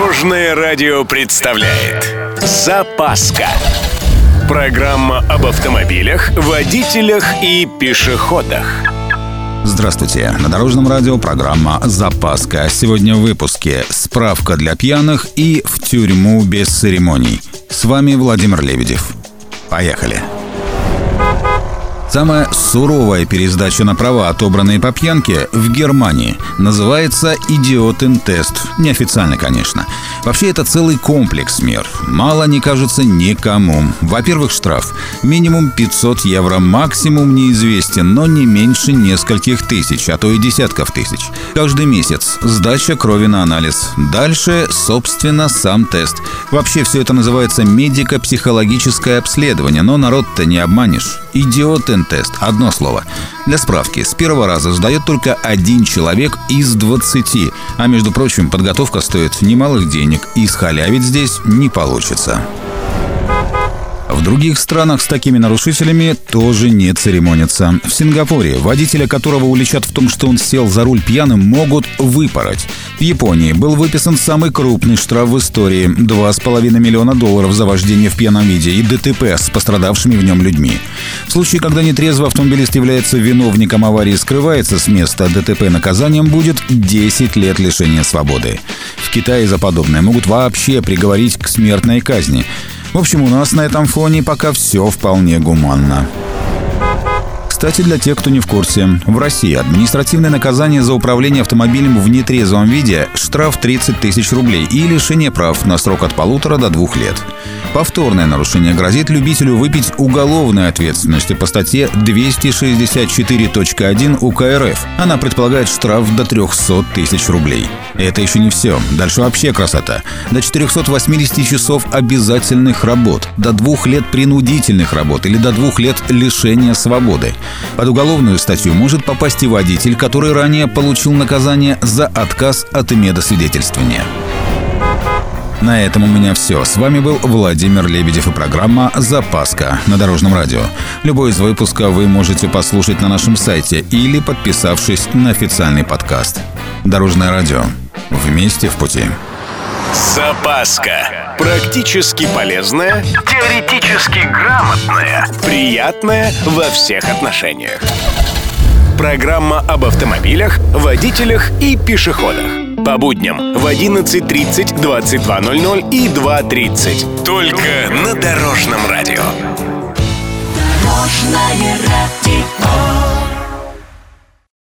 Дорожное радио представляет «Запаска». Программа об автомобилях, водителях и пешеходах. Здравствуйте. На Дорожном радио программа «Запаска». Сегодня в выпуске «Справка для пьяных» и «В тюрьму без церемоний». С вами Владимир Лебедев. Поехали. Самая суровая пересдача на права, отобранные по пьянке, в Германии. Называется «Идиотен-тест». Неофициально, конечно. Вообще, это целый комплекс мер. Мало не кажется никому. Во-первых, штраф. Минимум 500 евро, максимум неизвестен, но не меньше нескольких тысяч, а то и десятков тысяч. Каждый месяц. Сдача крови на анализ. Дальше, собственно, сам тест. Вообще, все это называется медико-психологическое обследование, но народ-то не обманешь. Идиотен-тест. Одно слово. Для справки, с первого раза сдает только один человек из 20. А между прочим, подготовка стоит немалых денег, и схалявить здесь не получится. В других странах с такими нарушителями тоже не церемонятся. В Сингапуре водителя, которого уличат в том, что он сел за руль пьяным, могут выпороть. В Японии был выписан самый крупный штраф в истории – $2,5 миллиона за вождение в пьяном виде и ДТП с пострадавшими в нем людьми. В случае, когда нетрезвый автомобилист является виновником аварии и скрывается с места ДТП, наказанием будет 10 лет лишения свободы. В Китае за подобное могут вообще приговорить к смертной казни. В общем, у нас на этом фоне пока все вполне гуманно. Кстати, для тех, кто не в курсе, в России административное наказание за управление автомобилем в нетрезвом виде – штраф 30 тысяч рублей и лишение прав на срок от 1,5 до 2 лет. Повторное нарушение грозит любителю выпить уголовной ответственности по статье 264.1 УК РФ. Она предполагает штраф до 300 тысяч рублей. Это еще не все. Дальше вообще красота. До 480 часов обязательных работ, до 2 лет принудительных работ или до 2 лет лишения свободы. Под уголовную статью может попасть и водитель, который ранее получил наказание за отказ от медосвидетельствования. На этом у меня все. С вами был Владимир Лебедев и программа «Запаска» на Дорожном радио. Любой из выпусков вы можете послушать на нашем сайте или подписавшись на официальный подкаст. Дорожное радио. Вместе в пути. Запаска. Практически полезная, теоретически грамотная, приятная во всех отношениях. Программа об автомобилях, водителях и пешеходах. По будням в 11:30, 22:00 и 2:30. Только на Дорожном радио. Дорожное радио.